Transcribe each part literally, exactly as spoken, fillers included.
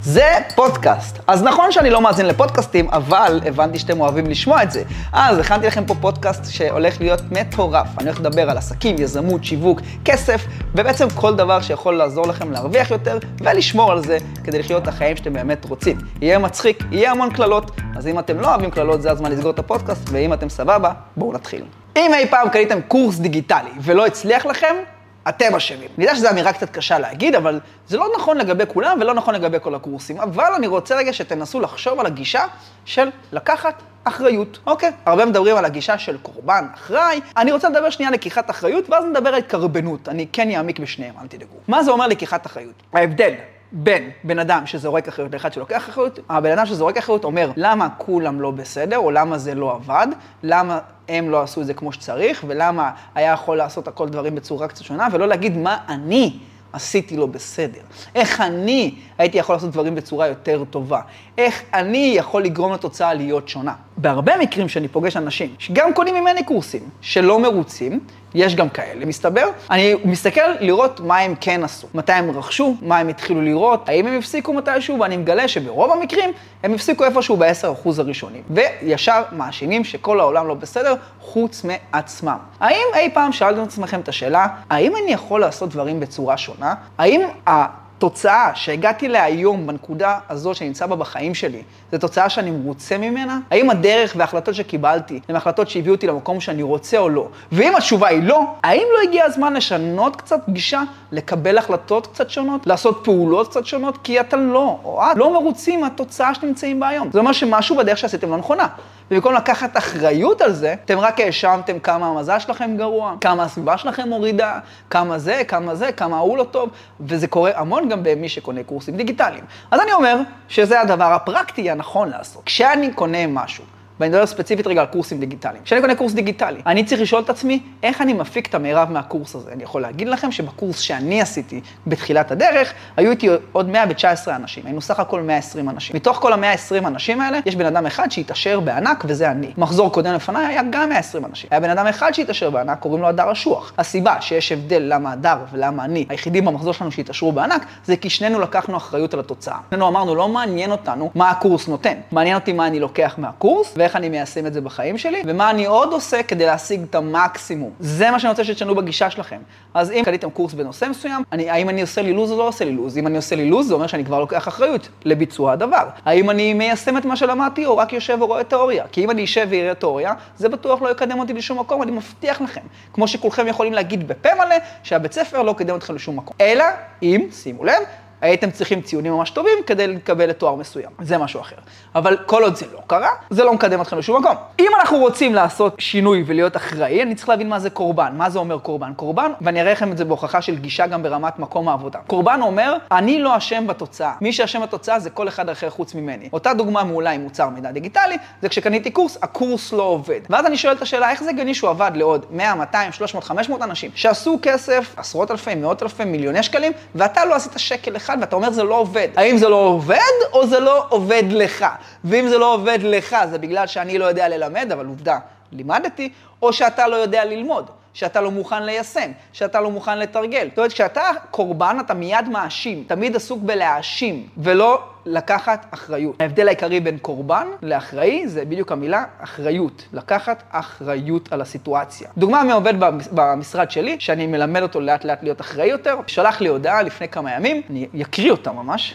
זה פודקאסט. אז נכון שאני לא מאזין לפודקאסטים, אבל הבנתי שאתם אוהבים לשמוע את זה. אז הכנתי לכם פה פודקאסט שהולך להיות מטורף. אני הולך לדבר על עסקים, יזמות, שיווק, כסף, ובעצם כל דבר שיכול לעזור לכם להרוויח יותר ולשמור על זה כדי לחיות את החיים שאתם באמת רוצים. יהיה מצחיק, יהיה המון כללות, אז אם אתם לא אוהבים כללות, זה הזמן לסגור את הפודקאסט, ואם אתם סבבה, בואו נתחיל. אם אי פעם קניתם קורס דיגיטלי ולא הצליח לכם, אתם אשמים. אני יודע שזו אמירה קצת קשה להגיד, אבל זה לא נכון לגבי כולם ולא נכון לגבי כל הקורסים. אבל אני רוצה רגע שתנסו לחשוב על הגישה של לקחת אחריות. אוקיי, הרבה מדברים על הגישה של קורבן, אחראי. אני רוצה לדבר שנייה על לקיחת אחריות, ואז נדבר על התקרבנות. אני כן יעמיק בשניהם, אל תדאגו. מה זה אומר לקיחת אחריות? ההבדל בין בן אדם שזורק אחריות לאחד שלוקח אחריות, הבן אדם שזורק אחריות אומר למה כולם לא בסדר, או למה זה לא עבד, למה הם לא עשו את זה כמו שצריך, ולמה היה יכול לעשות הכל דברים בצורה קצת שונה, ולא להגיד מה אני עשיתי לא בסדר. איך אני הייתי יכול לעשות דברים בצורה יותר טובה. איך אני יכול לגרום לתוצאה להיות שונה. בהרבה מקרים שאני פוגש אנשים, שגם קונים ממני קורסים, שלא מרוצים, יש גם כאלה, מסתבר. אני מסתכל לראות מה הם כן עשו, מתי הם רכשו, מה הם התחילו לראות, האם הם הפסיקו מתישהו, ואני מגלה שברוב המקרים הם הפסיקו איפשהו ב-עשרה אחוז הראשונים. וישר מאשימים שכל העולם לא בסדר, חוץ מעצמם. האם אי פעם שאלתם את עצמכם את השאלה, האם אני יכול לעשות דברים בצורה שונה? האם התוצאה שהגעתי להיום בנקודה הזו שנמצא בה בחיים שלי, זו תוצאה שאני מרוצה ממנה? האם הדרך וההחלטות שקיבלתי הן החלטות שהביאו אותי למקום שאני רוצה או לא? ואם התשובה היא לא, האם לא הגיע הזמן לשנות קצת גישה, לקבל החלטות קצת שונות, לעשות פעולות קצת שונות? כי אתה לא, או את לא מרוצים מהתוצאה שנמצאים בה היום. זה אומר שמשהו בדרך שעשיתם לא נכונה. ובמקום לקחת אחריות על זה, אתם רק האשמתם כמה המזל שלכם גרוע, כמה הסביבה שלכם הורידה, כמה זה, כמה זה, כמה הוא לא טוב, וזה קורה המון גם במי שקונה קורסים דיגיטליים. אז אני אומר שזה הדבר הפרקטי הנכון לעשות. כשאני קונה משהו, ואני מדבר ספציפית רגע על קורסים דיגיטליים. כשאני קונה קורס דיגיטלי, אני צריך לשאול את עצמי, איך אני מפיק את המרב מהקורס הזה? אני יכול להגיד לכם שבקורס שאני עשיתי בתחילת הדרך, היו איתי עוד מאה ותשע עשרה אנשים. היינו סך הכל מאה ועשרים אנשים. מתוך כל ה-מאה ועשרים אנשים האלה, יש בן אדם אחד שהתאשר בענק, וזה אני. מחזור קודם לפניי היה גם מאה ועשרים אנשים. היה בן אדם אחד שהתאשר בענק, קוראים לו הדר אשוח. הסיבה שיש הבדל למה הדר ולמה אני, היחידים במחזור שלנו שהתאשרו בענק, זה כי שנינו לקחנו אחריות על התוצאה. שנינו אמרנו, לא מעניין אותנו מה הקורס נותן. מעניין אותי מה אני לוקח מהקורס, ואיך אני מיישם את זה בחיים שלי, ומה אני עוד עושה כדי להשיג את המקסימום. זה מה שאני רוצה שתשנו בגישה שלכם. אז אם קניתם קורס בנושא מסוים, אני, האם אני עושה לי לוז או לא עושה לי לוז? אם אני עושה לי לוז, זה אומר שאני כבר לוקח אחריות לביצוע הדבר. האם אני מיישם את מה שלמדתי, או רק יושב ורואה תיאוריה? כי אם אני יושב ויראה תיאוריה, זה בטוח לא יקדם אותי לשום מקום, אני מבטיח לכם. כמו שכולכם יכולים להגיד בפה מלא, שהבית ספר לא יקדם אתכם לשום מקום. אלא אם, שימו לב, הייתם צריכים ציונים ממש טובים כדי לקבל לתואר מסוים. זה משהו אחר. אבל כל עוד זה לא קרה, זה לא מקדם אתכם לשום מקום. אם אנחנו רוצים לעשות שינוי ולהיות אחראי, אני צריך להבין מה זה קורבן. מה זה אומר קורבן? קורבן, ואני אראה לכם את זה בהוכחה של גישה גם ברמת מקום העבודה. קורבן אומר, אני לא אשם בתוצאה. מי שאשם בתוצאה זה כל אחד אחר חוץ ממני. אותה דוגמה מעולה עם מוצר מידע דיגיטלי, זה כשקניתי קורס, הקורס לא עובד. ואז אני שואל את השאלה, איך זה גני שהוא עבד לעוד מאה, מאתיים, שלוש מאות, חמש מאות אנשים, שעשו כסף, עשרות אלפי, מאות אלפי, מיליוני שקלים, ואתה לא עשית שקל אחד, ואתה אומר זה לא עובד. האם זה לא עובד או זה לא עובד לך? ואם זה לא עובד לך, זה בגלל שאני לא יודע ללמד, אבל עובדה, לימדתי, או שאתה לא יודע ללמוד, שאתה לא מוכן ליישם, שאתה לא מוכן לתרגל. זאת אומרת, כשאתה קורבן, אתה מיד מאשים, תמיד עסוק בלהאשים, ולא לקחת אחריות. ההבדל העיקרי בין קורבן לאחראי, זה בדיוק המילה אחריות. לקחת אחריות על הסיטואציה. דוגמה מעובד במשרד שלי, שאני מלמד אותו לאט לאט להיות אחראי יותר, שלח לי הודעה לפני כמה ימים, אני אקריא אותה ממש.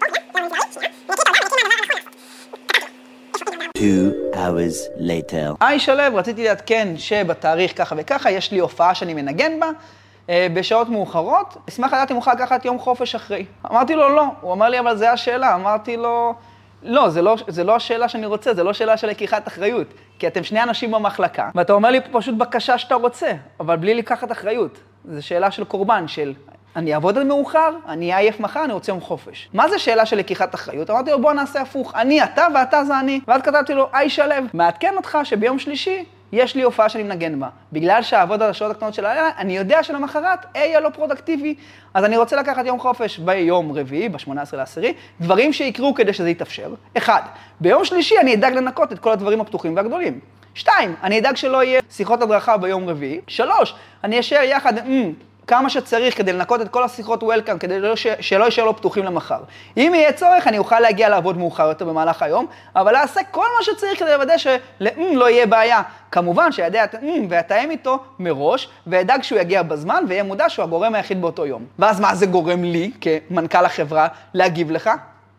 Two hours later. היי שלב, רציתי לעדכן שבתאריך ככה וככה, יש לי הופעה שאני מנגן בה, בשעות מאוחרות, אשמח לדעת אם אוכל לקחת יום חופש אחרי. אמרתי לו לא, הוא אמר לי אבל זה השאלה, אמרתי לו לא, זה לא, זה לא השאלה שאני רוצה, זה לא שאלה של לקיחת אחריות, כי אתם שני אנשים במחלקה, ואתה אומר לי פשוט בקשה שאתה רוצה, אבל בלי לקחת אחריות. זו שאלה של קורבן, של אני אעבוד עד מאוחר, אני אעייף מחר, אני רוצה יום חופש. מה זה שאלה של לקיחת אחריות? אמרתי לו בוא נעשה הפוך, אני אתה ואתה זה אני, ואז כתבתי לו היי שלב, מעדכן אותך שביום שלישי יש לי הופעה שאני מנגן בה. בגלל שהעבוד על השעות הקטנות של הלילה, אני יודע שלמחרת אהיה לא פרודקטיבי, אז אני רוצה לקחת יום חופש ביום רביעי, ב-שמונה עשרה לעשירי, דברים שיקרו כדי שזה יתאפשר. אחד, ביום שלישי אני אדאג לנקות את כל הדברים הפתוחים והגדולים. שתיים, אני אדאג שלא יהיה שיחות הדרכה ביום רביעי. שלוש, אני אשאר יחד, כמה שצריך כדי לנקות את כל השיחות וולקאם, כדי לא ש... שלא יישאר לו פתוחים למחר. אם יהיה צורך, אני אוכל להגיע לעבוד מאוחר יותר במהלך היום, אבל אעשה כל מה שצריך כדי לוודא שלאם לא יהיה בעיה. כמובן שידע את אמ ואתאם איתו מראש, ואדאג שהוא יגיע בזמן, ויהיה מודע שהוא הגורם היחיד באותו יום. ואז מה זה גורם לי, כמנכ"ל החברה, להגיב לך?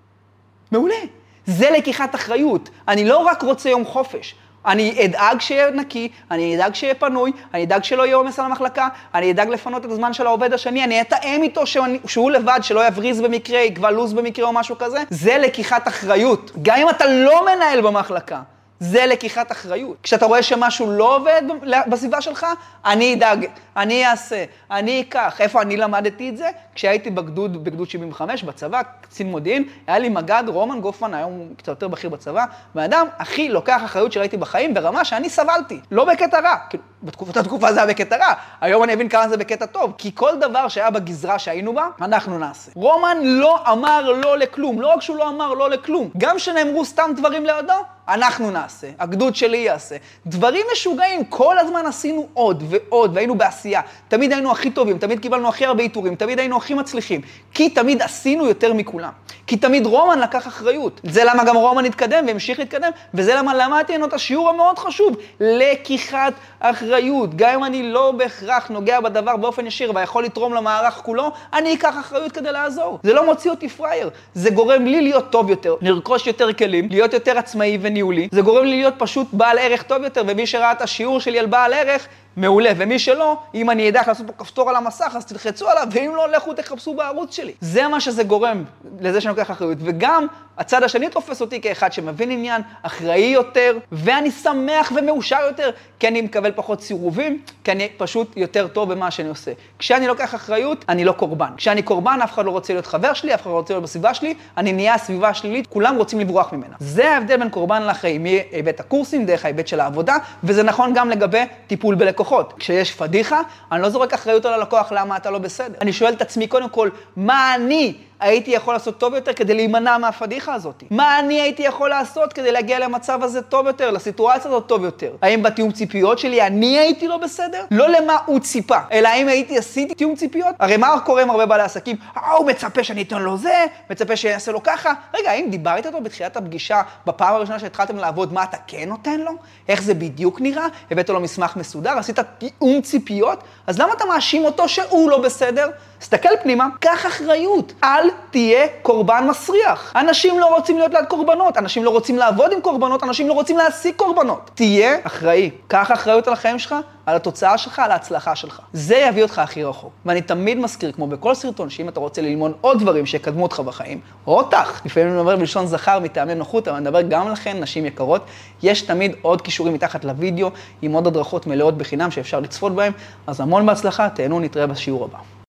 מעולה. זה לקיחת אחריות. אני לא רק רוצה יום חופש. אני אדאג שיהיה נקי, אני אדאג שיהיה פנוי, אני אדאג שלא יהיה עומס על המחלקה, אני אדאג לפנות את הזמן של העובד השני, אני אתאם איתו שאני, שהוא לבד, שלא יבריז במקרה, יקבע לוז במקרה או משהו כזה. זה לקיחת אחריות. גם אם אתה לא מנהל במחלקה, זה לקיחת אחריות. כשאתה רואה שמשהו לא עובד בסביבה שלך, אני אדאג, אני אעשה, אני אקח. איפה אני למדתי את זה? כשהייתי בגדוד, בגדוד שבעים וחמש, בצבא, קצין מודיעין, היה לי מג"ד רומן גופמן, היום הוא קצת יותר בכיר בצבא, והאדם הכי לוקח אחריות שראיתי בחיים ברמה שאני סבלתי. לא בקטע רע, כאילו, בתקופת התקופה זה היה בקטע רע, היום אני אבין כמה זה בקטע טוב, כי כל דבר שהיה בגזרה שהיינו בה, אנחנו נעשה. רומן לא אמר לא לכלום, לא רק שהוא לא אמר לא לכלום, גם שנאמרו סתם דברים לידו, אנחנו נעשה, הגדוד שלי יעשה. דברים משוגעים, כל הזמן עשינו עוד ועוד, והיינו בעשייה. תמיד היינו הכי טובים, תמיד קיבלנו הכי הרבה איתורים, תמיד היינו הכי מצליחים. כי תמיד עשינו יותר מכולם. כי תמיד רומן לקח אחריות. זה למה גם רומן התקדם והמשיך להתקדם, וזה למה למדתי את השיעור המאוד חשוב, לקיחת אחריות. גם אם אני לא בהכרח נוגע בדבר באופן ישיר, ויכול לתרום למערך כולו, אני אקח אחריות כדי לעזור. זה לא מוציא אותי פרייר. זה גורם לי להיות טוב יותר, לרכוש יותר כלים, להיות יותר עצמאי וניהולי. זה גורם לי להיות פשוט בעל ערך טוב יותר, ומי שראה את השיעור שלי על בעל ערך, מעולה. ומי שלא, אם אני אדע לעשות פה כפתור על המסך, אז תלחצו עליו, ואם לא, לכו תחפשו בערוץ שלי. זה מה שזה גורם לזה שאני לוקח אחריות. וגם הצד השני תופס אותי כאחד שמבין עניין, אחראי יותר, ואני שמח ומאושר יותר, כי אני מקבל פחות סירובים, כי אני פשוט יותר טוב במה שאני עושה. כשאני לוקח אחריות, אני לא קורבן. כשאני קורבן, אף אחד לא רוצה להיות חבר שלי, אף אחד לא רוצה להיות בסביבה שלי, אני נהיה הסביבה שלילית, כולם רוצים לברוח ממנה. זה ההבדל בין קורבן לאחראי, מהיבט הקורסים, דרך ההיבט של העבודה, וזה נכון גם לגבי טיפול בלקוחות. כשיש פדיחה, אני לא זורק אחריות על הלקוח למה אתה לא בסדר. אני שואל את עצמי קודם כל, מה אני הייתי יכול לעשות טוב יותר כדי להימנע מהפדיחה הזאת? מה אני הייתי יכול לעשות כדי להגיע למצב הזה טוב יותר, לסיטואציה הזאת טוב יותר? האם בתיאום ציפיות שלי אני הייתי לא בסדר? לא למה הוא ציפה, אלא האם הייתי עשיתי תיאום ציפיות? הרי מה קורה עם הרבה בעלי עסקים? אה, הוא מצפה שאני אתן לו זה, מצפה שאני אעשה לו ככה. רגע, האם דיברתי איתו בתחילת הפגישה, בפעם הראשונה שהתחלתם לעבוד, מה אתה כן נותן לו? איך זה בדיוק נראה? הבאת לו מסמך מסודר, עשית תיאום ציפיות? אז למה אתה מאשים אותו שהוא לא בסדר? סתכל פנימה, קח אחריות. אל תהיה קורבן מסריח. אנשים לא רוצים להיות ליד קורבנות, אנשים לא רוצים לעבוד עם קורבנות, אנשים לא רוצים להשיג קורבנות. תהיה אחראי. קח אחריות על החיים שלך, על התוצאה שלך, על ההצלחה שלך. זה יביא אותך הכי רחוק. ואני תמיד מזכיר, כמו בכל סרטון, שאם אתה רוצה ללמוד עוד דברים שיקדמו אותך בחיים, או אותך, לפעמים אני מדבר בלשון זכר מטעמי נוחות, אבל אני מדבר גם לכן, נשים יקרות, יש תמיד עוד קישורים מתחת לוידאו, עם עוד הדרכות מלאות בחינם שאפשר לצפות בהם. אז המון בהצלחה, תהנו, נתראה בשיעור הבא.